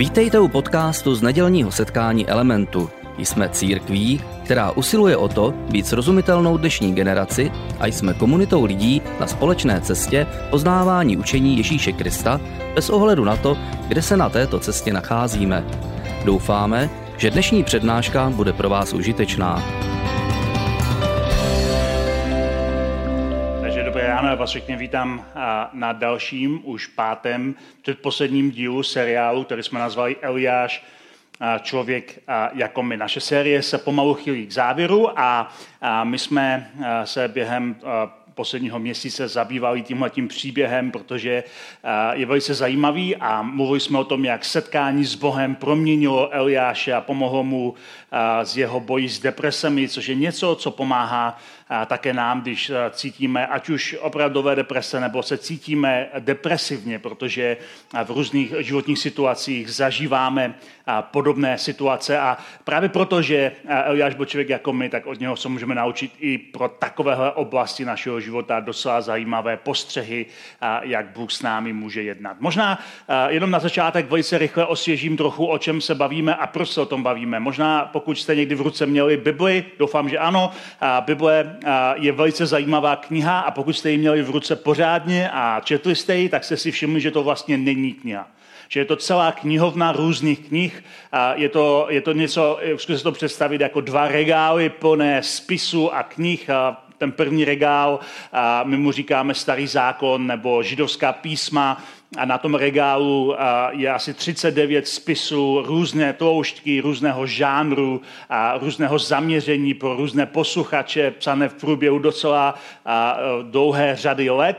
Vítejte u podcastu z nedělního setkání Elementu. Jsme církví, která usiluje o to být srozumitelnou dnešní generaci a jsme komunitou lidí na společné cestě poznávání učení Ježíše Krista bez ohledu na to, kde se na této cestě nacházíme. Doufáme, že dnešní přednáška bude pro vás užitečná. Takže dobré ráno, já vás všechny vítám na dalším, už pátém, předposledním dílu seriálu, který jsme nazvali Eliáš, člověk jako my. Naše série se pomalu chýlí k závěru a my jsme se během posledního měsíce zabývali tímhletím příběhem, protože je velice zajímavý a mluvili jsme o tom, jak setkání s Bohem proměnilo Eliáše a pomohlo mu z jeho boji s depresemi, což je něco, co pomáhá také nám, když cítíme ať už opravdové deprese, nebo se cítíme depresivně, protože v různých životních situacích zažíváme podobné situace a právě proto, že Eliáš byl člověk jako my, tak od něho se můžeme naučit i pro takovéhle oblasti našeho života docela zajímavé postřehy, jak Bůh s námi může jednat. Možná jenom na začátek velice rychle osvěžím trochu, o čem se bavíme a proč se o tom bavíme. Možná pokud jste někdy v ruce měli Bibli, doufám, že ano, Bible je velice zajímavá kniha a pokud jste ji měli v ruce pořádně a četli jste ji, tak jste si všimli, že to vlastně není kniha. Že je to celá knihovna různých knih, je to něco, zkuste to představit jako dva regály plné spisů a knih. Ten první regál, my mu říkáme Starý zákon nebo židovská písma, a na tom regálu je asi 39 spisů, různé tloušťky, různého žánru, různého zaměření pro různé posluchače, psané v průběhu docela dlouhé řady let.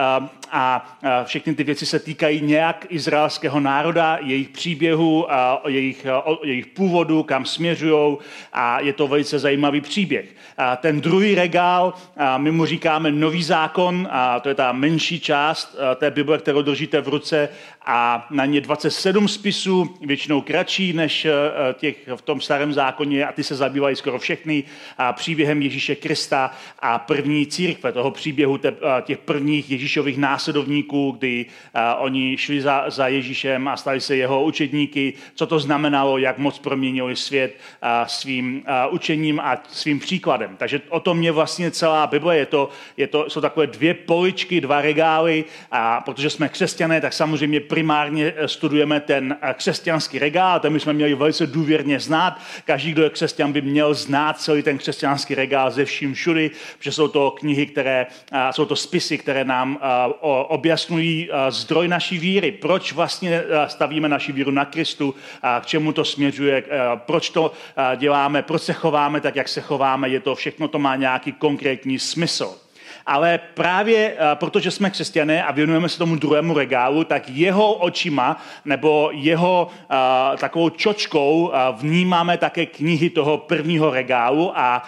A všechny ty věci se týkají nějak izraelského národa, jejich příběhu, jejich původu, kam směřují a je to velice zajímavý příběh. Ten druhý regál, my mu říkáme Nový zákon, to je ta menší část té Bible, kterou držíte v ruce a na ně 27 spisů, většinou kratší než těch v tom Starém zákoně a ty se zabývají skoro všechny příběhem Ježíše Krista a první církve, toho příběhu těch prvních Ježíšových následovníků, kdy oni šli za Ježíšem a stali se jeho učedníky, co to znamenalo, jak moc proměnili svět svým učením a svým příkladem. Takže o tom je vlastně celá Bible, jsou takové dvě poličky, dva regály a protože jsme křesťané, tak samozřejmě primárně studujeme ten křesťanský regál, ten my jsme měli velice důvěrně znát. Každý, kdo je křesťan, by měl znát celý ten křesťanský regál ze vším všudy, protože jsou to knihy, jsou to spisy, které nám objasňují zdroj naší víry. Proč vlastně stavíme naši víru na Kristu, k čemu to směřuje, proč to děláme, proč se chováme tak, jak se chováme, všechno to má nějaký konkrétní smysl. Ale právě protože jsme křesťané a věnujeme se tomu druhému regálu, tak jeho očima nebo jeho takovou čočkou vnímáme také knihy toho prvního regálu a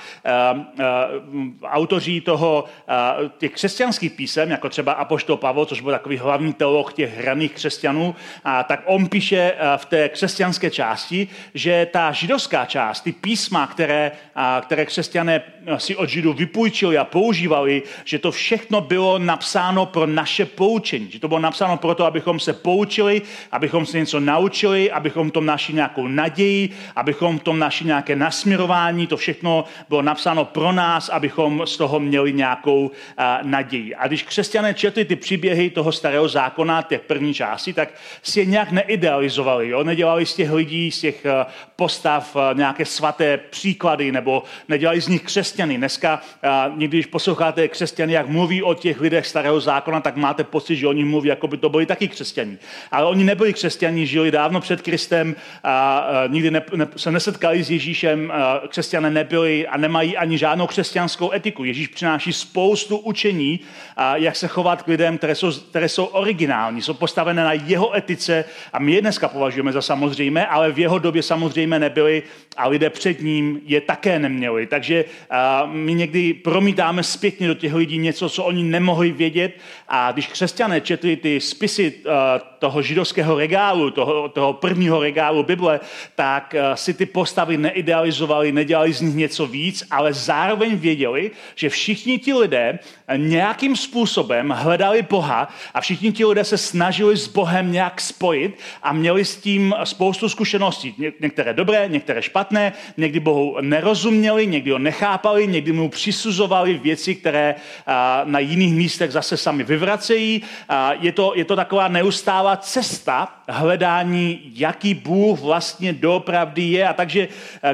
autoři těch křesťanských písem, jako třeba apoštol Pavel, což byl takový hlavní teolog těch raných křesťanů, tak on píše v té křesťanské části, že ta židovská část, ty písma, které křesťané si od Židů vypůjčili a používali, že to všechno bylo napsáno pro naše poučení. Že to bylo napsáno proto, abychom se poučili, abychom se něco naučili, abychom v tom našli nějakou naději, abychom v tom našli nějaké nasměrování. To všechno bylo napsáno pro nás, abychom z toho měli nějakou naději. A když křesťané četli ty příběhy toho Starého zákona, těch první části, tak si je nějak neidealizovali. Jo? Nedělali z těch lidí, z těch postav nějaké svaté příklady, nebo nedělali z nich křesťany. Dneska někdy, když posloucháte křesťany, jak mluví o těch lidech Starého zákona, tak máte pocit, že oni mluví, jako by to byli taky křesťaní. Ale oni nebyli křesťaní, žili dávno před Kristem, nikdy se nesetkali s Ježíšem, křesťané nebyli a nemají ani žádnou křesťanskou etiku. Ježíš přináší spoustu učení, jak se chovat k lidem, které jsou originální, jsou postavené na jeho etice a my je dneska považujeme za samozřejmé, ale v jeho době samozřejmě nebyli a lidé před ním je také neměli. Takže my někdy promítáme zpětně do těch lidí něco, co oni nemohli vědět. A když křesťané četli ty spisy toho židovského regálu, toho prvního regálu Bible, tak si ty postavy neidealizovali, nedělali z nich něco víc, ale zároveň věděli, že všichni ti lidé nějakým způsobem hledali Boha a všichni ti lidé se snažili s Bohem nějak spojit a měli s tím spoustu zkušeností. Některé dobré, některé špatné, někdy Bohu nerozuměli, někdy ho nechápali, někdy mu přisuzovali věci, které na jiných místech zase sami vyvracejí. Je to taková neustálá cesta hledání, jaký Bůh vlastně doopravdy je. A takže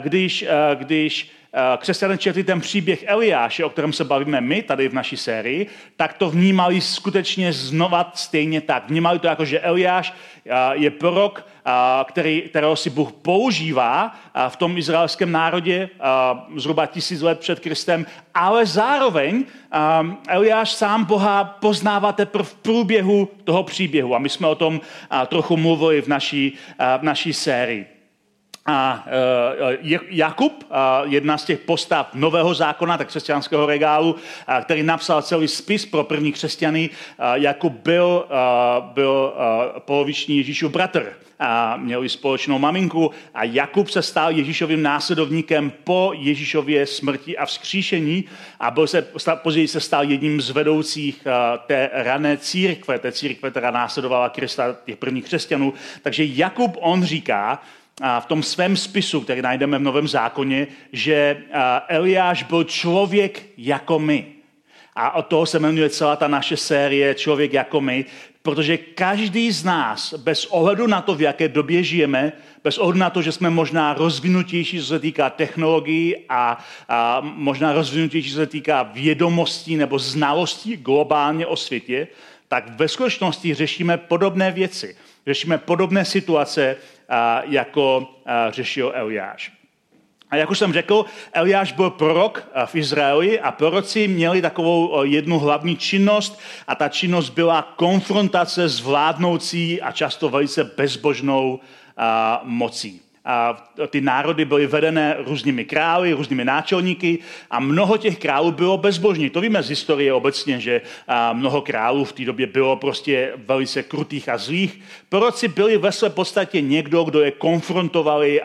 když křesťané četli ten příběh Eliáše, o kterém se bavíme my tady v naší sérii, tak to vnímali skutečně znova stejně tak. Vnímali to jako, že Eliáš je prorok, kterého si Bůh používá v tom izraelském národě zhruba 1000 let před Kristem, ale zároveň Eliáš sám Boha poznává teprve v průběhu toho příběhu. A my jsme o tom trochu mluvili v naší sérii. A Jakub, jedna z těch postav Nového zákona, tak křesťanského regálu, který napsal celý spis pro první křesťany, Jakub byl poloviční Ježíšův bratr. Měli společnou maminku a Jakub se stal Ježíšovým následovníkem po Ježíšově smrti a vzkříšení a později se stal jedním z vedoucích té rané církve, která následovala Krista, těch prvních křesťanů. Takže Jakub, on říká, v tom svém spisu, který najdeme v Novém zákoně, že Eliáš byl člověk jako my. A od toho se jmenuje celá ta naše série Člověk jako my, protože každý z nás, bez ohledu na to, v jaké době žijeme, bez ohledu na to, že jsme možná rozvinutější, co se týká technologií a možná rozvinutější, co se týká vědomostí nebo znalostí globálně o světě, tak ve skutečnosti řešíme podobné věci. Řešíme podobné situace, jako řešil Eliáš. A jak už jsem řekl, Eliáš byl prorok v Izraeli a proroci měli takovou jednu hlavní činnost a ta činnost byla konfrontace s vládnoucí a často velice bezbožnou mocí. A ty národy byly vedené různými králi, různými náčelníky a mnoho těch králů bylo bezbožných. To víme z historie obecně, že mnoho králů v té době bylo prostě velice krutých a zlých. Proroci byli ve své podstatě někdo, kdo je konfrontovali,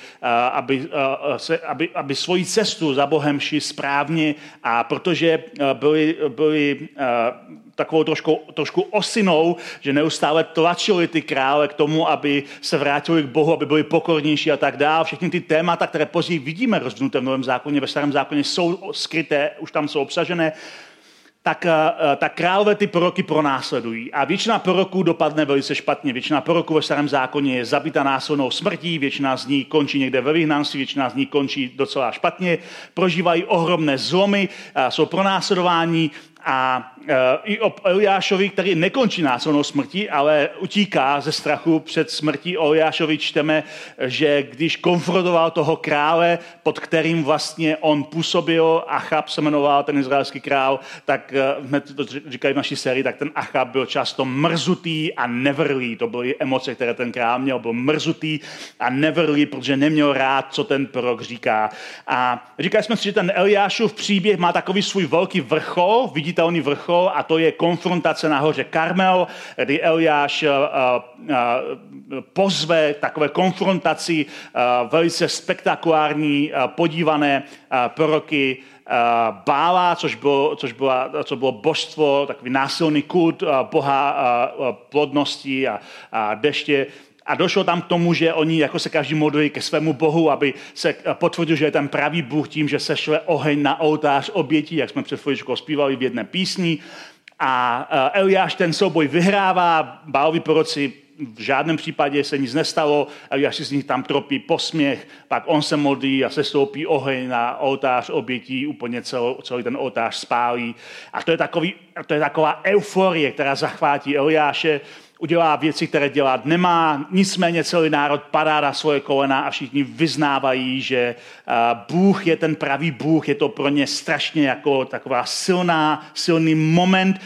aby svoji cestu za Bohem šli správně a protože byli takovou trošku osinou, že neustále tlačili ty krále k tomu, aby se vrátili k Bohu, aby byli pokornější a tak dále. Všechny ty témata, které později vidíme rozvinuté v Novém zákoně, ve Starém zákoně jsou skryté, už tam jsou obsažené, tak králové ty proroky pronásledují. A většina proroků dopadne velice špatně. Většina proroků ve Starém zákoně je zabita násilnou smrtí, většina z nich končí někde ve vyhnanství, většina z nich končí docela špatně, prožívají ohromné zlomy, jsou pronásledováni. A i o Eliášovi, který nekončí násilnou smrtí, ale utíká ze strachu před smrtí, o Eliášovi čteme, že když konfrontoval toho krále, pod kterým vlastně on působil, Achab se jmenoval ten izraelský král, tak hned to říkají v naší sérii, tak ten Achab byl často mrzutý a nevrlý. To byly emoce, které ten král měl, byl mrzutý a nevrlý, protože neměl rád, co ten prorok říká. A říkali jsme si, že ten Eliášův příběh má takový svůj velký vrchol, viditelný vrchol, a to je konfrontace na hoře Karmel, kdy Eliáš pozve takové konfrontaci velice spektakulární podívané proroky Bála, což bylo božstvo, takový násilný kult boha plodnosti a deště. A došlo tam k tomu, že oni jako se každý modlili ke svému bohu, aby se potvrdil, že je ten pravý Bůh tím, že sešle oheň na oltář obětí, jak jsme před chvíličkou zpívali v jedné písni. A Eliáš ten souboj vyhrává, Bálovi proroci v žádném případě se nic nestalo, Eliáš si z nich tam tropí posměch, pak on se modlí a sestoupí oheň na oltář obětí, úplně celý ten oltář spálí. A to je taková euforie, která zachvátí Eliáše, udělá věci, které dělat nemá, nicméně celý národ padá na svoje kolena a všichni vyznávají, že Bůh je ten pravý Bůh, je to pro ně strašně jako taková silný moment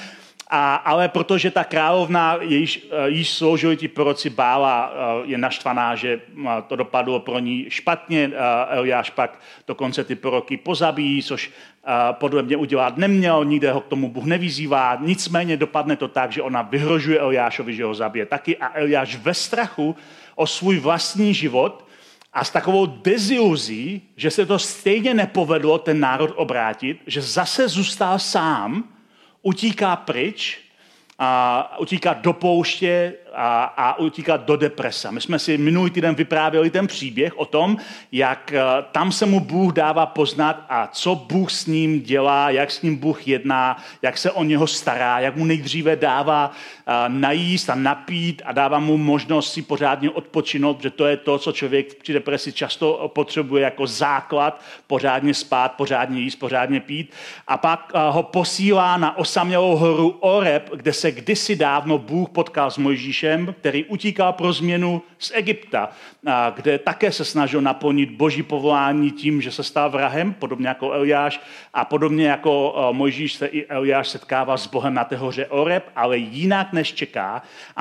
Ale protože ta královna, již sloužili ti proroci Bála, je naštvaná, že to dopadlo pro ní špatně. Eliáš pak dokonce ty proroky pozabíjí, což podle mě udělat neměl, nikde ho k tomu Bůh nevyzývá. Nicméně dopadne to tak, že ona vyhrožuje Eliášovi, že ho zabije taky. A Eliáš ve strachu o svůj vlastní život a s takovou deziluzí, že se to stejně nepovedlo ten národ obrátit, že zase zůstal sám, utíká pryč, utíká do pouště a utíká do deprese. My jsme si minulý týden vyprávěli ten příběh o tom, jak tam se mu Bůh dává poznat a co Bůh s ním dělá, jak s ním Bůh jedná, jak se o něho stará, jak mu nejdříve dává najíst a napít a dává mu možnost si pořádně odpočinout, že to je to, co člověk při depresi často potřebuje jako základ, pořádně spát, pořádně jíst, pořádně pít. A pak ho posílá na osamělou horu Oreb, kde se kdysi dávno Bůh potkal s Mojžíšem, který utíkal pro změnu z Egypta, kde také se snažil naplnit boží povolání tím, že se stal vrahem, podobně jako Eliáš, a podobně jako Mojžíš se i Eliáš setkával s Bohem na té hoře Oreb, ale jinak než čeká. A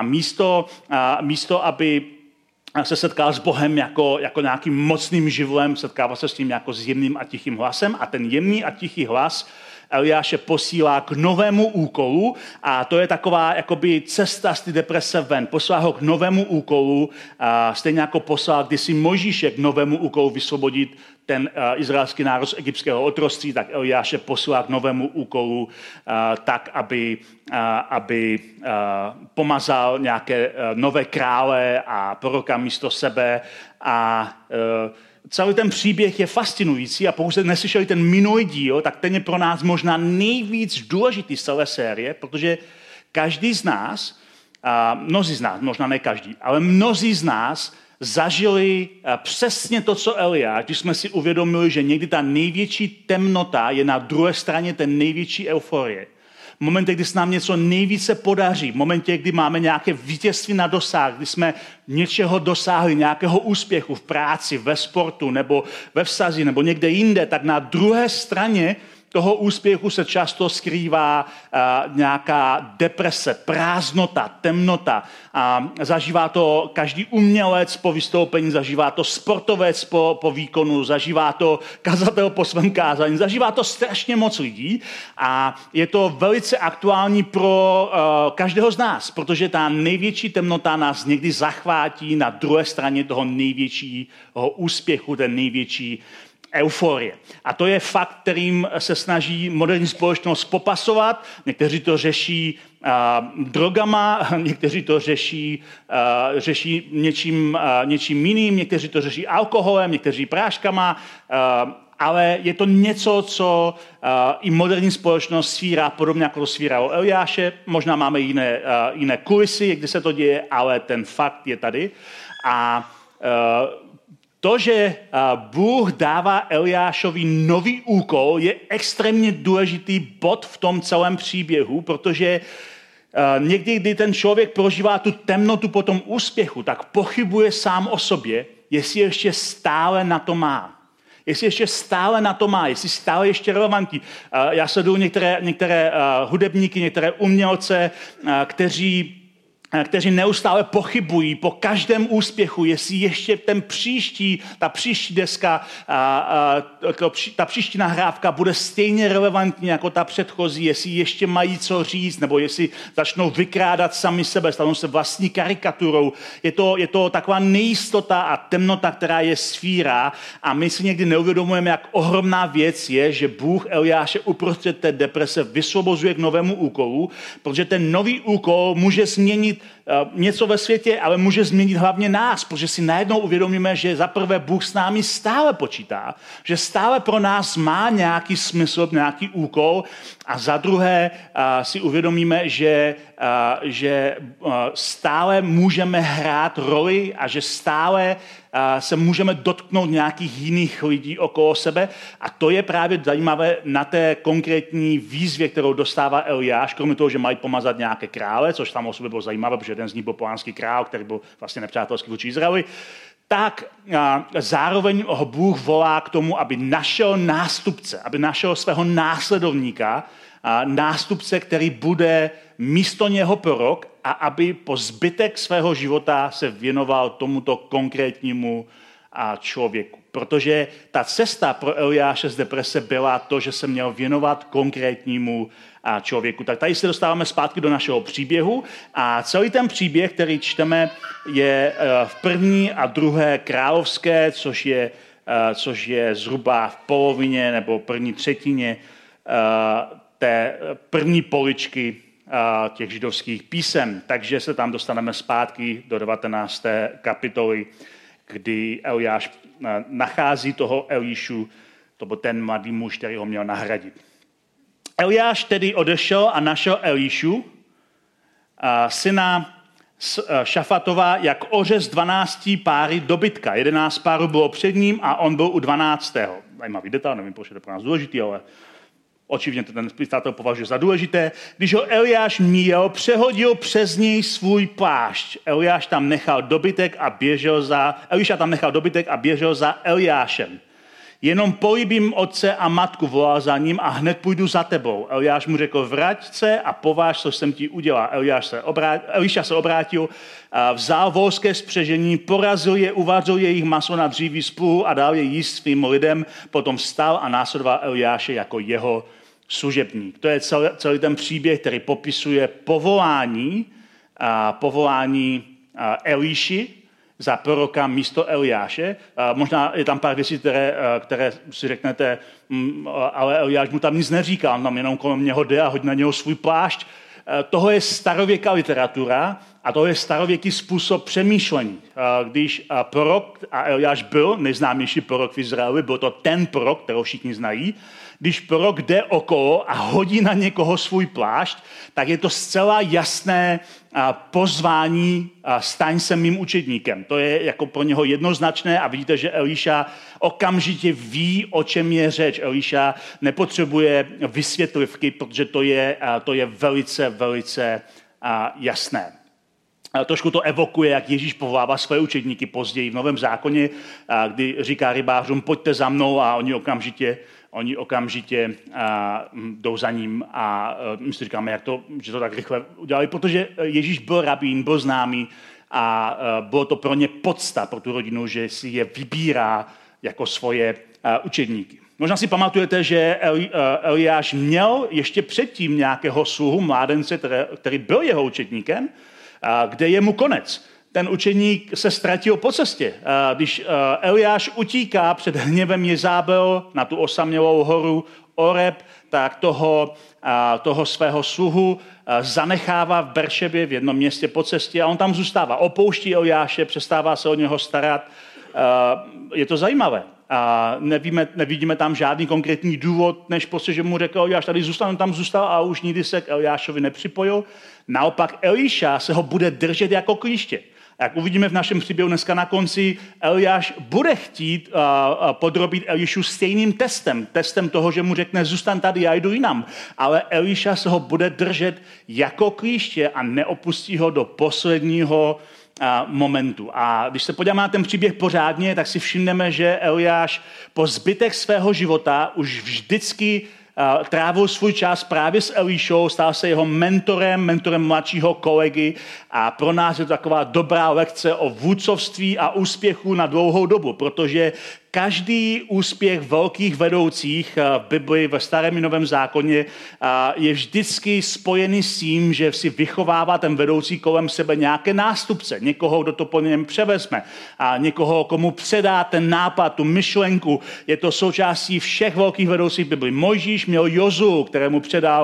místo aby se setkal s Bohem jako nějakým mocným živlem, setkával se s tím jako s jemným a tichým hlasem a ten jemný a tichý hlas Eliáše posílá k novému úkolu a to je taková jakoby cesta z té deprese ven. Poslal ho k novému úkolu, stejně jako poslal kdysi Mojžíše k novému úkolu vysvobodit ten izraelský národ z egyptského otroctví, tak Eliáše poslal k novému úkolu tak, aby pomazal nějaké nové krále a proroka místo sebe a celý ten příběh je fascinující a pokud jste neslyšeli ten minulý díl, tak ten je pro nás možná nejvíc důležitý z celé série, protože každý z nás, mnozí z nás, možná ne každý, ale mnozí z nás zažili přesně to, co Eliáš, když jsme si uvědomili, že někdy ta největší temnota je na druhé straně té největší euforie. V momentě, kdy se nám něco nejvíce podaří, v momentě, kdy máme nějaké vítězství na dosah, kdy jsme něčeho dosáhli, nějakého úspěchu v práci, ve sportu nebo ve vztazi nebo někde jinde, tak na druhé straně toho úspěchu se často skrývá nějaká deprese, prázdnota, temnota. Zažívá to každý umělec po vystoupení, zažívá to sportovec po výkonu, zažívá to kazatel po svém kázání, zažívá to strašně moc lidí a je to velice aktuální pro každého z nás, protože ta největší temnota nás někdy zachvátí na druhé straně toho největšího úspěchu, ten největší euforie. A to je fakt, kterým se snaží moderní společnost popasovat. Někteří to řeší drogama, někteří to řeší něčím jiným, někteří to řeší alkoholem, někteří práškama, ale je to něco, co i moderní společnost svírá, podobně jako to svíralo Eliáše. Možná máme jiné kulisy, kde se to děje, ale ten fakt je tady. A to, že Bůh dává Eliášovi nový úkol, je extrémně důležitý bod v tom celém příběhu, protože někdy, kdy ten člověk prožívá tu temnotu po tom úspěchu, tak pochybuje sám o sobě, jestli ještě stále na to má. Jestli ještě stále na to má, jestli stále ještě relevantní. Já sleduju některé hudebníky, některé umělce, kteří neustále pochybují po každém úspěchu, jestli ještě ta příští deska, ta příští nahrávka bude stejně relevantní jako ta předchozí, jestli ještě mají co říct, nebo jestli začnou vykrádat sami sebe, stanou se vlastní karikaturou. Je to taková nejistota a temnota, která je svírá a my si někdy neuvědomujeme, jak ohromná věc je, že Bůh Eliáše uprostřed té deprese vysvobozuje k novému úkolu, protože ten nový úkol může změnit něco ve světě, ale může změnit hlavně nás, protože si najednou uvědomíme, že zaprvé Bůh s námi stále počítá, že stále pro nás má nějaký smysl, nějaký úkol a za druhé si uvědomíme, že stále můžeme hrát roli a že stále se můžeme dotknout nějakých jiných lidí okolo sebe a to je právě zajímavé na té konkrétní výzvě, kterou dostává Eliáš, kromě toho, že mají pomazat nějaké krále, což tam o sobě bylo zajímavé, protože jeden z nich byl pohanský král, který byl vlastně nepřátelský vůči Izraeli, tak zároveň ho Bůh volá k tomu, aby našel nástupce, aby našel svého následovníka, nástupce, který bude místo něho prorok a aby po zbytek svého života se věnoval tomuto konkrétnímu člověku. Protože ta cesta pro Eliáše z deprese byla to, že se měl věnovat konkrétnímu člověku. Tak tady se dostáváme zpátky do našeho příběhu a celý ten příběh, který čteme, je v 1. a 2. královské, což je zhruba v polovině nebo první třetině té první poličky těch židovských písem. Takže se tam dostaneme zpátky do 19. kapitoly, kdy Eliáš nachází toho Elíšu, to byl ten mladý muž, který ho měl nahradit. Eliáš tedy odešel a našel Elíšu, syna Šafatova, jak ořez 12 páry dobytka. 11 párů bylo před ním a on byl u 12. Zajímavý detail, nevím, proč je to pro nás důležitý, ale očividně to ten spisátel považuje za důležité. Když ho Eliáš míjel, přehodil přes něj svůj plášť. Eliáša tam nechal dobytek a běžel za Eliášem. Jenom políbím otce a matku, volal za ním a hned půjdu za tebou. Eliáš mu řekl, vrať se a pováž, co jsem ti udělal. Eliáša se obrátil, vzal volské spřežení, porazil je, uvařil jejich maso na dříví z pluhu a dal je jíst svým lidem. Potom vstal a následoval Eliáše jako jeho služebník. To je celý ten příběh, který popisuje povolání Elíši za proroka místo Eliáše. Možná je tam pár věcí, které si řeknete, ale Eliáš mu tam nic neříká, on tam jenom kolem něho jde a hodí na něho svůj plášť. Toho je starověká literatura a to je starověký způsob přemýšlení. Když prorok, a Eliáš byl nejznámější prorok v Izraeli, byl to ten prorok, kterou všichni znají, když prorok jde okolo a hodí na někoho svůj plášť, tak je to zcela jasné pozvání, staň se mým učedníkem. To je jako pro něho jednoznačné a vidíte, že Elíša okamžitě ví, o čem je řeč. Elíša nepotřebuje vysvětlivky, protože to je velice, velice jasné. Trošku to evokuje, jak Ježíš povolává své učedníky později v Novém zákoně, kdy říká rybářům, pojďte za mnou a oni okamžitě jdou za ním a my si říkáme, že to tak rychle udělali, protože Ježíš byl rabín, byl známý a bylo to pro ně podsta, pro tu rodinu, že si je vybírá jako svoje učedníky. Možná si pamatujete, že Eliáš měl ještě předtím nějakého sluhu, mládence, který byl jeho učedníkem, kde je mu konec. Ten učedník se ztratil po cestě. Když Eliáš utíká před hněvem Jezábel na tu osamělou horu Oreb, tak toho svého sluhu zanechává v Beršebě v jednom městě po cestě a on tam zůstává. Opouští Eliáše, přestává se o něho starat. Je to zajímavé. Nevidíme tam žádný konkrétní důvod, než prostě, že mu řekl Eliáš, tady zůstal, tam zůstal a už nikdy se k Eliášovi nepřipojil. Naopak Elíša se ho bude držet jako klíště. Jak uvidíme v našem příběhu dneska na konci, Eliáš bude chtít podrobit Elíšu stejným testem toho, že mu řekne, zůstaň tady, já jdu jinam. Ale Elíša se ho bude držet jako klíště a neopustí ho do posledního momentu. A když se podíváme na ten příběh pořádně, tak si všimneme, že Eliáš po zbytek svého života už vždycky trávil svůj čas právě s Elíšou, stal se jeho mentorem mladšího kolegy a pro nás je to taková dobrá lekce o vůdcovství a úspěchu na dlouhou dobu, protože každý úspěch velkých vedoucích v Bibli, ve Starém i Novém zákoně je vždycky spojený s tím, že si vychovává ten vedoucí kolem sebe nějaké nástupce, někoho, kdo to po něm převezme, a někoho, komu předá ten nápad, tu myšlenku. Je to součástí všech velkých vedoucích v Bibli. Mojžíš měl Jozuu, kterému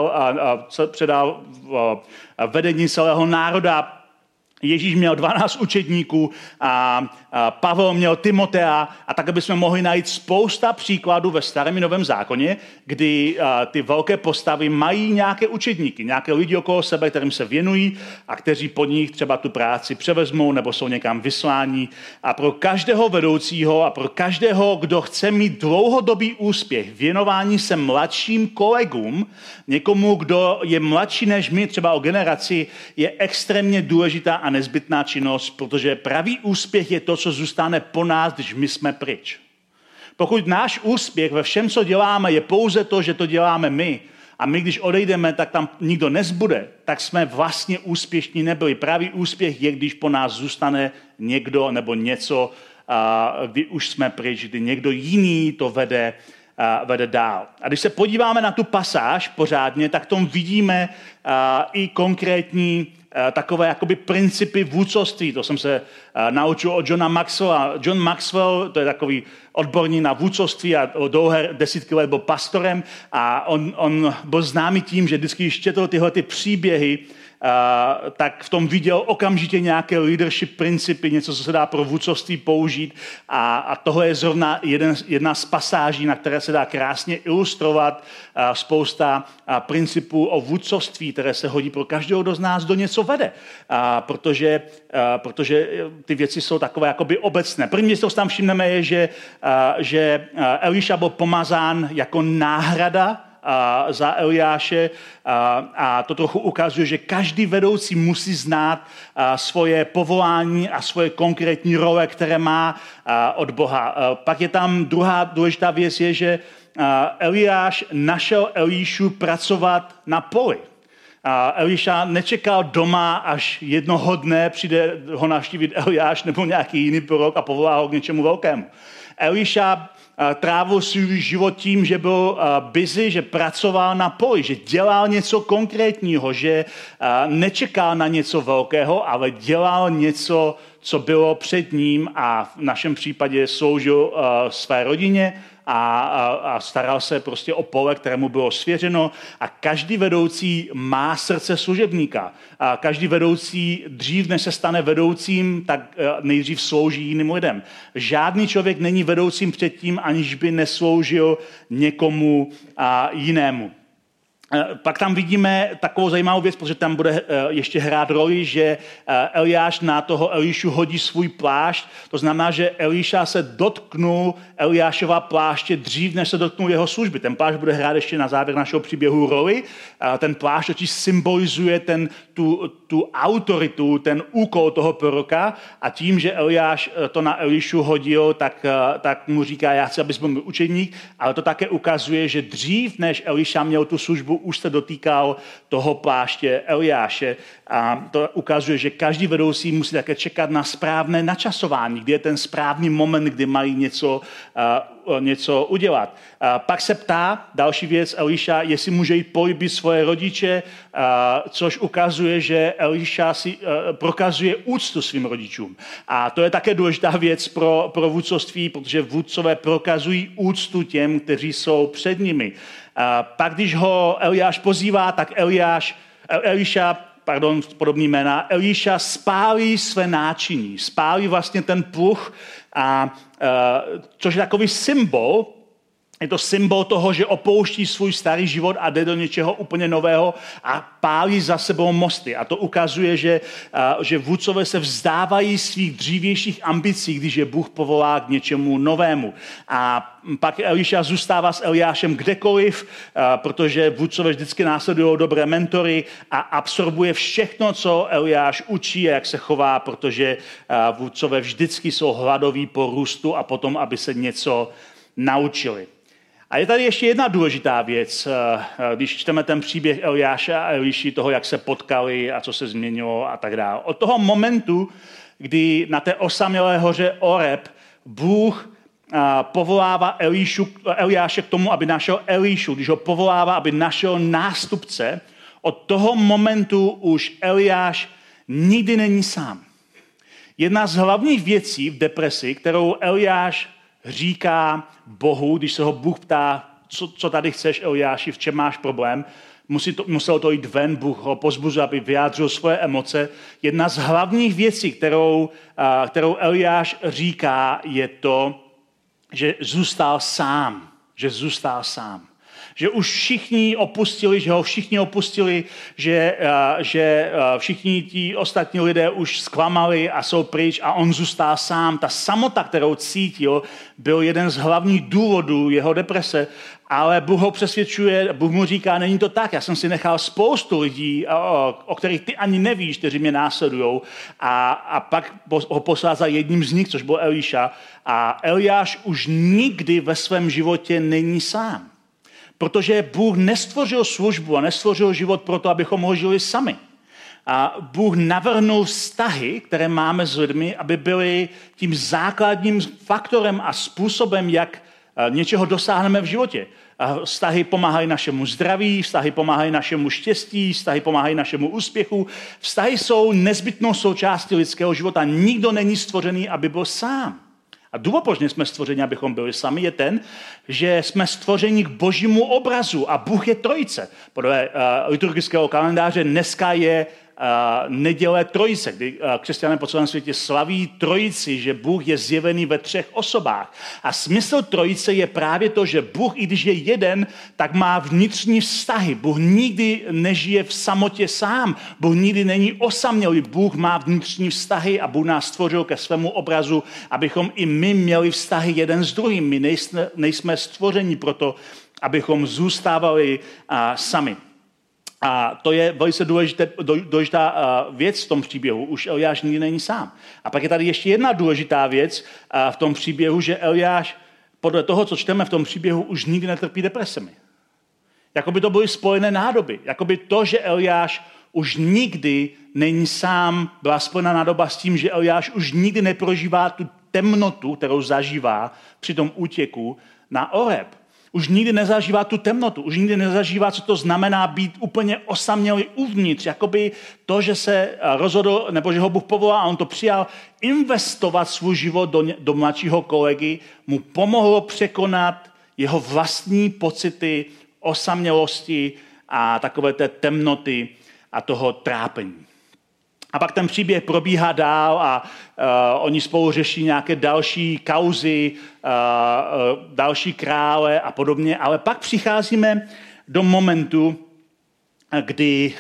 předal vedení celého národa. Ježíš měl 12 učedníků a Pavel měl Timotea a tak bychom mohli najít spousta příkladů ve Starém i Novém zákoně, kdy ty velké postavy mají nějaké učedníky, nějaké lidi okolo sebe, kterým se věnují a kteří pod nich třeba tu práci převezmou nebo jsou někam vysláni. A pro každého vedoucího a pro každého, kdo chce mít dlouhodobý úspěch, věnování se mladším kolegům, někomu, kdo je mladší než my, třeba o generaci, je extrémně důležitá a nezbytná činnost, protože pravý úspěch je to, co zůstane po nás, když my jsme pryč. Pokud náš úspěch ve všem, co děláme, je pouze to, že to děláme my a my, když odejdeme, tak tam nikdo nezbude, tak jsme vlastně úspěšní nebyli. Právě úspěch je, když po nás zůstane někdo nebo něco, kdy už jsme pryč, kdy někdo jiný to vede dál. A když se podíváme na tu pasáž pořádně, tak tom vidíme i konkrétní takové jakoby principy vůdcovství. To jsem se naučil od Johna Maxwella. John Maxwell, to je takový odborník na vůdcovství a dlouhé desítky let byl pastorem a on byl známý tím, že vždycky, když četl tyhle ty příběhy, tak v tom viděl okamžitě nějaké leadership principy, něco, co se dá pro vůdcovství použít a tohle je zrovna jedna z pasáží, na které se dá krásně ilustrovat spousta principů o vůdcovství, které se hodí pro každého, kdo z nás do něco vede, protože ty věci jsou takové jakoby obecné. První, co tam všimneme, je, že Eliša byl pomazán jako náhrada za Eliáše a to trochu ukazuje, že každý vedoucí musí znát svoje povolání a svoje konkrétní role, které má od Boha. Pak je tam druhá důležitá věc, je, že Eliáš našel Elišu pracovat na poli. Eliša nečekal doma, až jednoho dne přijde ho navštívit Eliáš nebo nějaký jiný prorok a povolá ho k něčemu velkému. Eliša trávil svůj život tím, že byl busy, že pracoval na poli, že dělal něco konkrétního, že nečekal na něco velkého, ale dělal něco, co bylo před ním a v našem případě sloužil své rodině a staral se prostě o pole, kterému bylo svěřeno. A každý vedoucí má srdce služebníka. A každý vedoucí dřív, než se stane vedoucím, tak nejdřív slouží jiným lidem. Žádný člověk není vedoucím předtím, aniž by nesloužil někomu jinému. Pak tam vidíme takovou zajímavou věc, protože tam bude ještě hrát roli, že Eliáš na toho Elišu hodí svůj plášť. To znamená, že Eliša se dotknul Eliášova pláště dřív, než se dotknul jeho služby. Ten plášť bude hrát ještě na závěr našeho příběhu roli. Ten plášť totiž symbolizuje tu autoritu, ten úkol toho proroka a tím, že Eliáš to na Elišu hodil, tak mu říká, já chci, abys byl můj učedník, ale to také ukazuje, že dřív, než Eliša měl tu službu, už se dotýkal toho pláště Eliáše. A to ukazuje, že každý vedoucí musí také čekat na správné načasování, kdy je ten správný moment, kdy mají něco udělat. Pak se ptá, další věc Eliša, jestli může jít políbit svoje rodiče, což ukazuje, že Eliša si prokazuje úctu svým rodičům. A to je také důležitá věc pro vůdcovství, protože vůdcové prokazují úctu těm, kteří jsou před nimi. Pak, když ho Eliáš pozývá, tak podobný jména, Eliša spálí své náčiní, spálí vlastně ten pluh, což je takový symbol, je to symbol toho, že opouští svůj starý život a jde do něčeho úplně nového a pálí za sebou mosty. A to ukazuje, že vůdcové se vzdávají svých dřívějších ambicí, když je Bůh povolá k něčemu novému. A pak Eliša zůstává s Eliášem kdekoliv, protože vůdcové vždycky následují dobré mentory a absorbuje všechno, co Eliáš učí a jak se chová, protože vůdcové vždycky jsou hladoví po růstu a potom, aby se něco naučili. A je tady ještě jedna důležitá věc, když čteme ten příběh Eliáše a Eliši, toho, jak se potkali a co se změnilo a tak dále. Od toho momentu, kdy na té osamělé hoře Oreb Bůh povolává Eliáše k tomu, aby našel Elišu, když ho povolává, aby našel nástupce, od toho momentu už Eliáš nikdy není sám. Jedna z hlavních věcí v depresi, kterou Eliáš říká Bohu, když se ho Bůh ptá, co tady chceš, Eliáši, v čem máš problém, muselo to jít ven, Bůh ho pozbuzuje, aby vyjádřil svoje emoce. Jedna z hlavních věcí, kterou Eliáš říká, je to, že zůstal sám. Že už všichni opustili, že ho všichni opustili, že všichni ti ostatní lidé už zklamali a jsou pryč a on zůstal sám. Ta samota, kterou cítil, byl jeden z hlavních důvodů jeho deprese, ale Bůh ho přesvědčuje, Bůh mu říká, není to tak, já jsem si nechal spoustu lidí, o kterých ty ani nevíš, kteří mě následujou a pak ho poslal za jedním z nich, což byl Eliša a Eliáš už nikdy ve svém životě není sám. Protože Bůh nestvořil službu a nestvořil život proto, abychom ho žili sami. A Bůh navrhnul vztahy, které máme s lidmi, aby byly tím základním faktorem a způsobem, jak něčeho dosáhneme v životě. Vztahy pomáhají našemu zdraví, vztahy pomáhají našemu štěstí, vztahy pomáhají našemu úspěchu. Vztahy jsou nezbytnou součástí lidského života. Nikdo není stvořený, aby byl sám. A důvod, proč jsme stvořeni, abychom byli sami, je ten, že jsme stvořeni k božímu obrazu a Bůh je trojice. Podle liturgického kalendáře dneska je neděle trojice, kdy křesťané po celém světě slaví trojici, že Bůh je zjevený ve 3 osobách. A smysl trojice je právě to, že Bůh, i když je jeden, tak má vnitřní vztahy. Bůh nikdy nežije v samotě sám. Bůh nikdy není osamělý. Bůh má vnitřní vztahy a Bůh nás stvořil ke svému obrazu, abychom i my měli vztahy jeden s druhým. My nejsme stvořeni proto, abychom zůstávali sami. A to je velice důležitá věc v tom příběhu. Už Eliáš nikdy není sám. A pak je tady ještě jedna důležitá věc v tom příběhu, že Eliáš, podle toho, co čteme v tom příběhu, už nikdy netrpí depresemi. Jakoby to byly spojené nádoby. Jakoby to, že Eliáš už nikdy není sám, byla spojená nádoba s tím, že Eliáš už nikdy neprožívá tu temnotu, kterou zažívá při tom útěku na Oreb. Už nikdy nezažívá tu temnotu, už nikdy nezažívá, co to znamená být úplně osamělý uvnitř. Jakoby to, že se rozhodl, nebo že ho Bůh povolal a on to přijal, investovat svůj život do mladšího kolegy, mu pomohlo překonat jeho vlastní pocity osamělosti a takové té temnoty a toho trápení. A pak ten příběh probíhá dál a oni spolu řeší nějaké další kauzy, další krále a podobně, ale pak přicházíme do momentu, kdy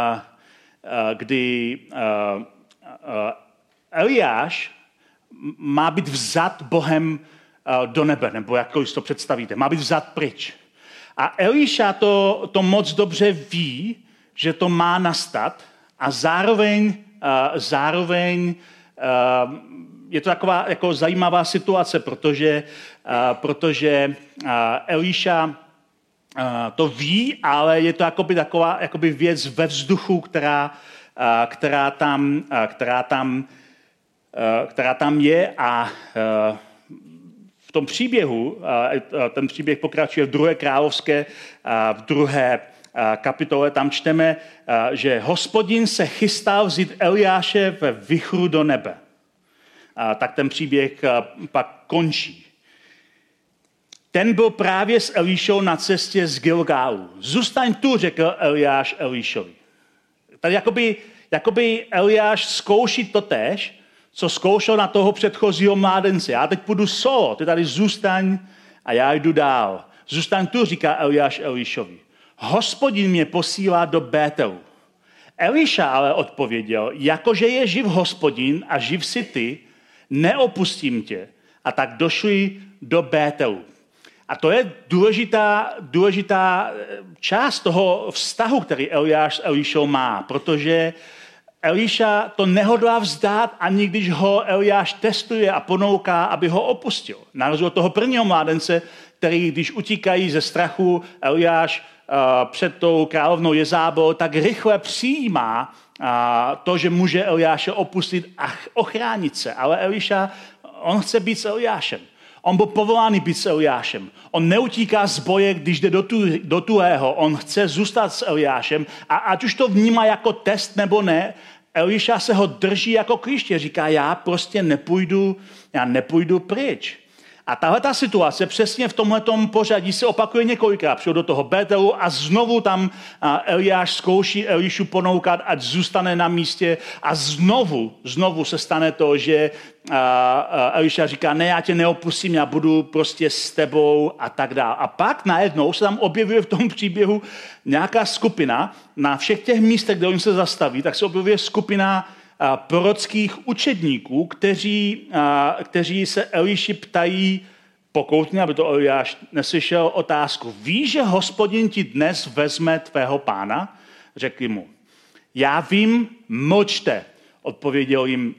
Eliáš má být vzat Bohem do nebe, nebo jakkoliv si to představíte, má být vzat pryč. A Eliáša to moc dobře ví, že to má nastat, a zároveň je to taková jako zajímavá situace, protože Eliáša to ví, ale je to taková věc ve vzduchu, která tam je a v tom příběhu, ten příběh pokračuje v 2. královské, v 2. kapitole, tam čteme, že Hospodin se chystal vzít Eliáše ve vichru do nebe. Tak ten příběh pak končí. Ten byl právě s Elišou na cestě z Gilgálu. Zůstaň tu, řekl Eliáš Elišovi. Tady jakoby Eliáš zkouší totéž, co zkoušel na toho předchozího mládence. Já teď půjdu solo, ty tady zůstaň a já jdu dál. Zůstaň tu, říká Eliáš Elišovi. Hospodin mě posílá do Bételu. Eliša ale odpověděl, jakože je živ Hospodin a živ si ty, neopustím tě. A tak došli do Bételu. A to je důležitá část toho vztahu, který Eliáš s Elišou má, protože Eliša to nehodlá vzdát, ani když ho Eliáš testuje a ponouká, aby ho opustil. Na rozdíl od toho prvního mládence, který, když utíkají ze strachu, Eliáš před tou královnou Jezábel, tak rychle přijímá to, že může Eliáše opustit a ochránit se. Ale Eliša, on chce být s Eliášem. On byl povoláný být s Eliášem. On neutíká z boje, když jde do tuhého. On chce zůstat s Eliášem a ať už to vnímá jako test nebo ne, Eliša se ho drží jako klíště. Říká, já prostě nepůjdu pryč. A tahleta situace přesně v tomhletom pořadí se opakuje několikrát. Přijde do toho Bételu a znovu tam Eliáš zkouší Elišu ponoukat, ať zůstane na místě a znovu se stane to, že Eliša říká, ne, já tě neopustím, já budu prostě s tebou a tak dále. A pak najednou se tam objevuje v tom příběhu nějaká skupina, na všech těch místech, kde oni se zastaví, tak se objevuje skupina prorockých učedníků, kteří se Eliši ptají pokoutně, aby to Eliáš neslyšel, otázku. Víš, že Hospodin ti dnes vezme tvého pána? Řekli mu. Já vím, mlčte, odpověděl jim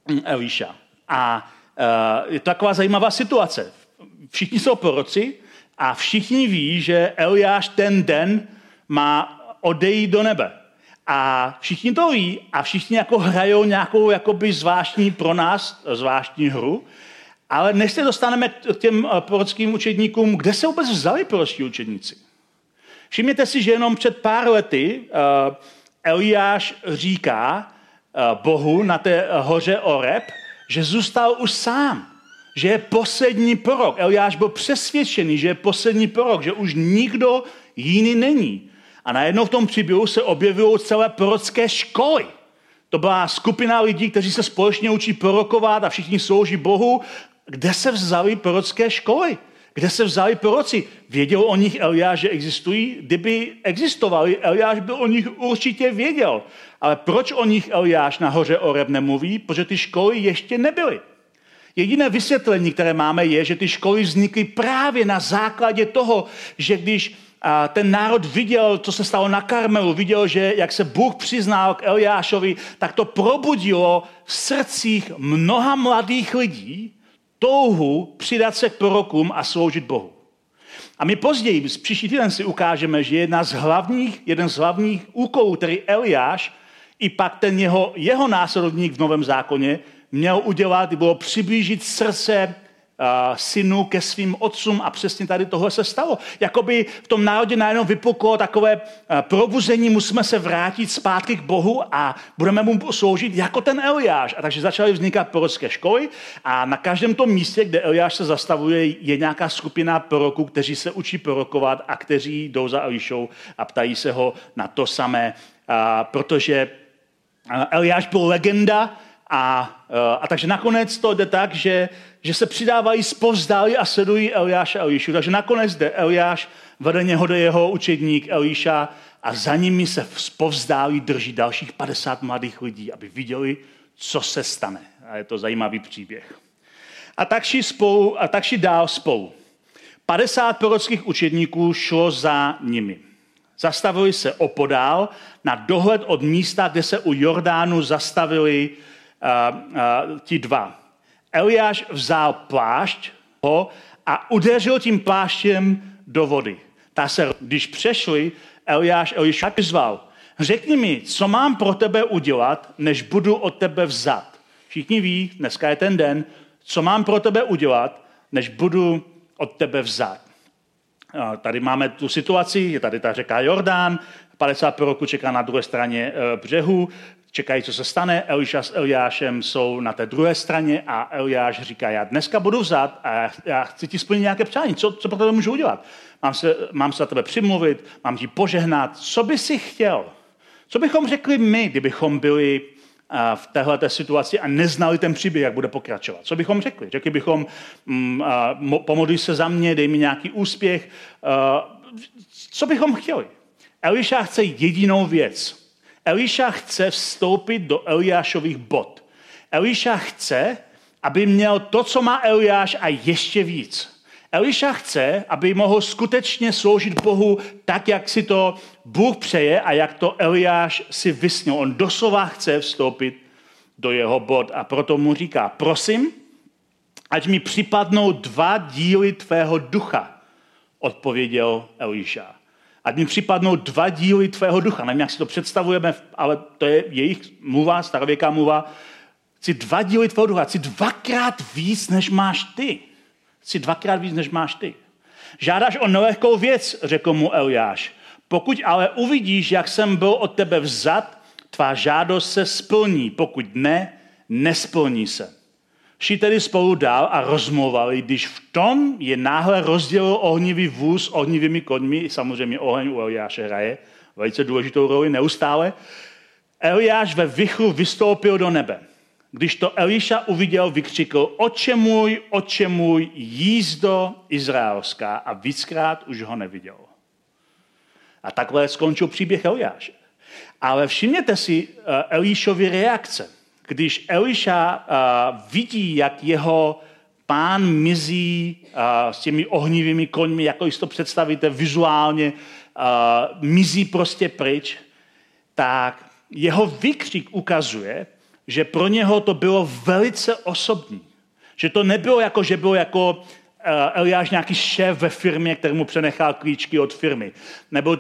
Eliša. A je to taková zajímavá situace. Všichni jsou proroci a všichni ví, že Eliáš ten den má odejít do nebe. A všichni to ví a všichni jako hrajou nějakou jakoby zvláštní pro nás, zvláštní hru. Ale než se dostaneme k těm prorockým učedníkům, kde se vůbec vzali proročtí učedníci? Všimněte si, že jenom před pár lety Eliáš říká Bohu na té hoře Oreb, že zůstal už sám, že je poslední prorok. Eliáš byl přesvědčený, že je poslední prorok, že už nikdo jiný není. A najednou v tom příběhu se objevují celé prorocké školy. To byla skupina lidí, kteří se společně učí prorokovat a všichni slouží Bohu. Kde se vzaly prorocké školy? Kde se vzali proroci? Věděl o nich Eliáš, že existují? Kdyby existovali, Eliáš by o nich určitě věděl. Ale proč o nich Eliáš na hoře Oreb nemluví? Protože ty školy ještě nebyly. Jediné vysvětlení, které máme, je, že ty školy vznikly právě na základě toho, že když ten národ viděl, co se stalo na Karmelu, viděl, že jak se Bůh přiznal k Eliášovi, tak to probudilo v srdcích mnoha mladých lidí touhu přidat se k prorokům a sloužit Bohu. A my později, příští týden si ukážeme, že jeden z hlavních úkolů, který Eliáš i pak ten jeho následovník v Novém zákoně měl udělat, bylo přiblížit srdce synů ke svým otcům a přesně tady tohle se stalo. Jakoby v tom národě najednou vypuklo takové probuzení, musíme se vrátit zpátky k Bohu a budeme mu sloužit jako ten Eliáš. A takže začaly vznikat prorocké školy a na každém tom místě, kde Eliáš se zastavuje, je nějaká skupina proroků, kteří se učí prorokovat a kteří jdou za Elišou a ptají se ho na to samé, protože Eliáš byl legenda a takže nakonec to jde tak, že se přidávají zpovzdálí a sledují Eliáše a Elišu. Takže nakonec jde Eliáš, vede něho do jeho učedník Eliša a za nimi se zpovzdálí drží dalších 50 mladých lidí, aby viděli, co se stane. A je to zajímavý příběh. A tak šli dál spolu. 50 prorockých učedníků šlo za nimi. Zastavili se opodál na dohled od místa, kde se u Jordánu zastavili ti dva. Eliáš vzal plášť a udeřil tím pláštěm do vody. Když přešli, Eliáš Elišu vyzval. Řekni mi, co mám pro tebe udělat, než budu od tebe vzat. Všichni ví, dneska je ten den, co mám pro tebe udělat, než budu od tebe vzat. Tady máme tu situaci, je tady ta řeka Jordán, 50 proroků čeká na druhé straně břehu, čekají, co se stane, Eliša s Eliášem jsou na té druhé straně a Eliáš říká, já dneska budu vzat a já chci ti splnit nějaké přání, co pro tebe můžu udělat? Mám se za tebe přimluvit, mám ti požehnat, co by si chtěl? Co bychom řekli my, kdybychom byli v téhleté situaci a neznali ten příběh, jak bude pokračovat? Co bychom řekli? Řekli bychom, pomodli se za mě, dej mi nějaký úspěch. Co bychom chtěli? Eliša chce jedinou věc. Eliša chce vstoupit do Eliášových bot. Eliša chce, aby měl to, co má Eliáš a ještě víc. Eliša chce, aby mohl skutečně sloužit Bohu tak, jak si to Bůh přeje a jak to Eliáš si vysnil. On doslova chce vstoupit do jeho bot a proto mu říká, prosím, ať mi připadnou 2 díly tvého ducha, odpověděl Eliša. Ať mi připadnou 2 díly tvého ducha. Nevím, jak si to představujeme, ale to je jejich mluva, starověká mluva. Chci 2 díly tvého ducha, chci 2krát víc, než máš ty. Chci 2krát víc, než máš ty. Žádáš o nelehkou věc, řekl mu Eliáš. Pokud ale uvidíš, jak jsem byl od tebe vzat, tvá žádost se splní. Pokud ne, nesplní se. Šli tedy spolu dál a rozmluvali, když v tom je náhle rozdělil ohnivý vůz s ohnivými koňmi, samozřejmě oheň u Eliáše hraje velice důležitou roli neustále. Eliáš ve vichru vystoupil do nebe. Když to Eliša uviděl, vykřikl, oče můj, jízdo izraelská, a víckrát už ho neviděl. A takhle skončil příběh Eliáše. Ale všimněte si Elišovy reakce. Když Eliša vidí, jak jeho pán mizí s těmi ohnivými koňmi, jako si to představíte vizuálně, mizí prostě pryč, tak jeho výkřik ukazuje, že pro něho to bylo velice osobní. Že to nebylo jako, že byl jako Eliáš nějaký šéf ve firmě, kterému přenechal klíčky od firmy. Nebo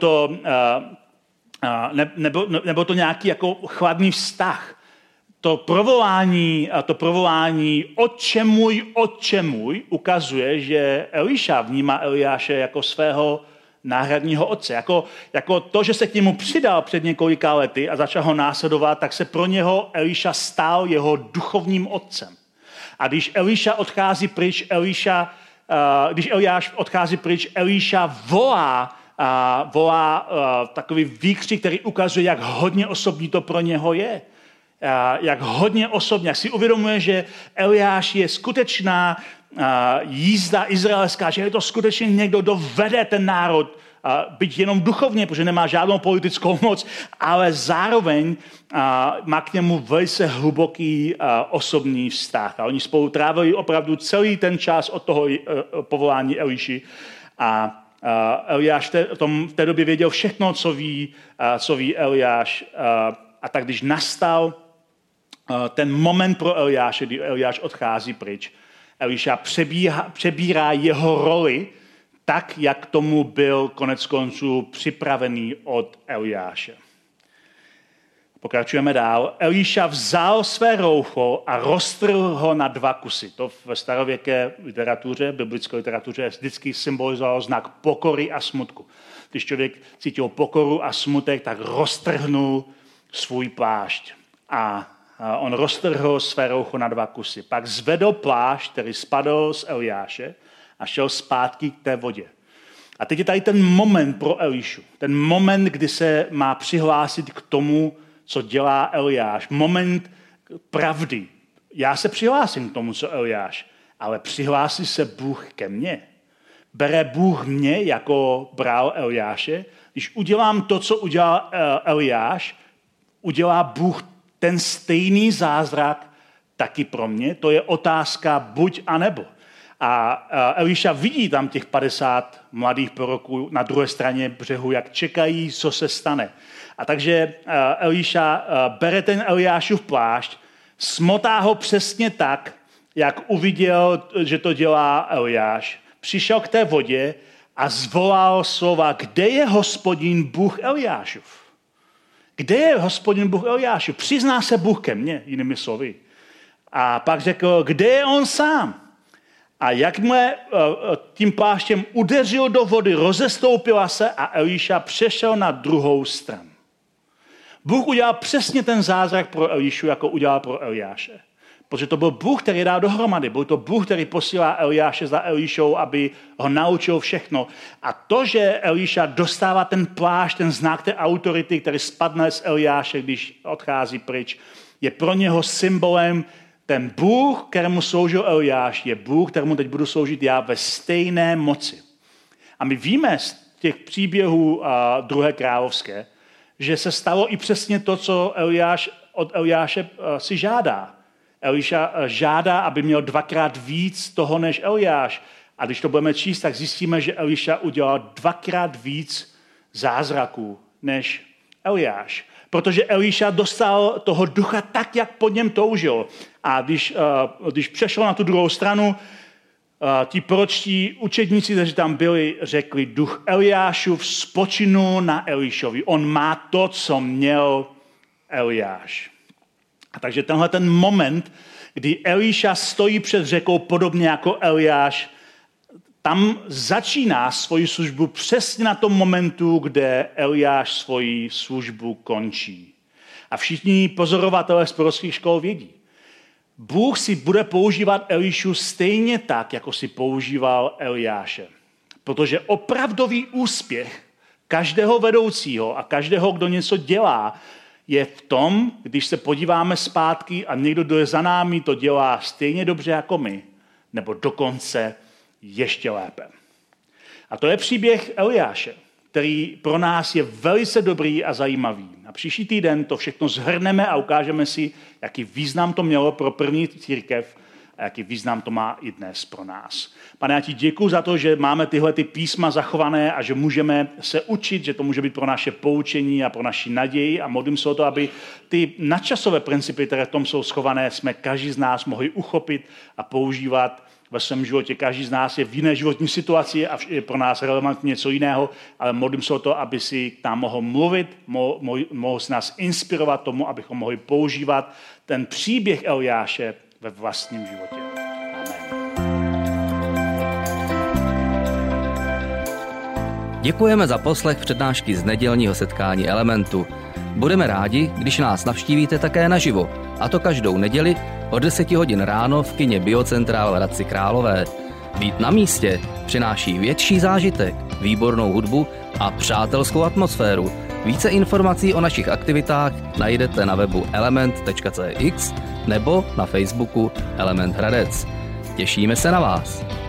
to nějaký jako chladný vztah. To provolání otče můj ukazuje, že Eliša vnímá Eliáše jako svého náhradního otce. Jako to, že se k němu přidal před několika lety a začal ho následovat, tak se pro něho Eliša stal jeho duchovním otcem. A když Eliáš odchází pryč, Eliša volá takový výkřik, který ukazuje, jak hodně osobní to pro něho je. Jak hodně osobně, jak si uvědomuje, že Eliáš je skutečná jízda izraelská, že je to skutečně někdo, kdo vede ten národ, byť jenom duchovně, protože nemá žádnou politickou moc, ale zároveň má k němu velice hluboký osobní vztah. A oni spolu trávili opravdu celý ten čas od toho povolání Eliši. A Eliáš v té době věděl všechno, co ví Eliáš. A tak když nastal ten moment pro Eliáše, kdy Eliáš odchází pryč, Eliša přebírá jeho roli tak, jak tomu byl konec konců připravený od Eliáše. Pokračujeme dál. Eliša vzal své roucho a roztrhl ho na 2 kusy. To ve starověké literatuře, biblické literatuře, vždycky symbolizovalo znak pokory a smutku. Když člověk cítil pokoru a smutek, tak roztrhnul svůj plášť. A on roztrhl své roucho na 2 kusy. Pak zvedl plášť, který spadl z Eliáše a šel zpátky k té vodě. A teď je tady ten moment pro Elišu. Ten moment, kdy se má přihlásit k tomu, co dělá Eliáš. Moment pravdy. Já se přihlásím k tomu, co Eliáš, ale přihlásí se Bůh ke mně. Bere Bůh mě, jako bral Eliáše. Když udělám to, co udělal Eliáš, udělá Bůh ten stejný zázrak taky pro mě. To je otázka buď a nebo. A Eliša vidí tam těch 50 mladých proroků na druhé straně břehu, jak čekají, co se stane. A takže Eliša bere ten Eliášův plášť, smotá ho přesně tak, jak uviděl, že to dělá Eliáš. Přišel k té vodě a zvolal slova, kde je Hospodin Bůh Eliášův? Kde je Hospodin Bůh Eliášův? Přizná se Bůh ke mně, jinými slovy. A pak řekl, kde je on sám? A jakmile tím pláštěm udeřil do vody, rozestoupila se a Eliša přešel na druhou stranu. Bůh udělal přesně ten zázrak pro Elišu, jako udělal pro Eliáše. Protože to byl Bůh, který dal dohromady. Byl to Bůh, který posílá Eliáše za Elišou, aby ho naučil všechno. A to, že Eliša dostává ten plášť, ten znak té autority, který spadne z Eliáše, když odchází pryč, je pro něho symbolem. Ten Bůh, kterému sloužil Eliáš, je Bůh, kterému teď budu sloužit já ve stejné moci. A my víme z těch příběhů 2. královské, že se stalo i přesně to, co Eliáš od Eliáše si žádá. Eliša žádá, aby měl 2krát víc toho než Eliáš. A když to budeme číst, tak zjistíme, že Eliša udělal 2krát víc zázraků než Eliáš. Protože Eliša dostal toho ducha tak, jak po něm toužil. A když přešel na tu druhou stranu, ti proročtí učedníci, kteří tam byli, řekli, duch Eliášův spočinul na Elišovi. On má to, co měl Eliáš. A takže tenhle ten moment, kdy Eliša stojí před řekou podobně jako Eliáš, tam začíná svoji službu přesně na tom momentu, kde Eliáš svoji službu končí. A všichni pozorovatelé z prorockých škol vědí. Bůh si bude používat Elišu stejně tak, jako si používal Eliáše. Protože opravdový úspěch každého vedoucího a každého, kdo něco dělá, je v tom, když se podíváme zpátky a někdo, kdo je za námi, to dělá stejně dobře jako my, nebo dokonce ještě lépe. A to je příběh Eliáše, který pro nás je velice dobrý a zajímavý. A příští týden to všechno shrneme a ukážeme si, jaký význam to mělo pro první církev a jaký význam to má i dnes pro nás. Pane, já ti děkuju za to, že máme tyhle písma zachované a že můžeme se učit, že to může být pro naše poučení a pro naši naději a modlím se o to, aby ty nadčasové principy, které v tom jsou schované, jsme každý z nás mohli uchopit a používat ve svém životě. Každý z nás je v jiné životní situaci a je pro nás relevantně něco jiného, ale modlím se o to, aby si k nám mohl mluvit, mohl si nás inspirovat tomu, abychom mohli používat ten příběh Eliáše ve vlastním životě. Děkujeme za poslech přednášky z nedělního setkání Elementu. Budeme rádi, když nás navštívíte také naživo, a to každou neděli od 10 hodin ráno v kině Biocentrál v Hradci Králové. Být na místě přináší větší zážitek, výbornou hudbu a přátelskou atmosféru. Více informací o našich aktivitách najdete na webu element.cx nebo na Facebooku Element Hradec. Těšíme se na vás.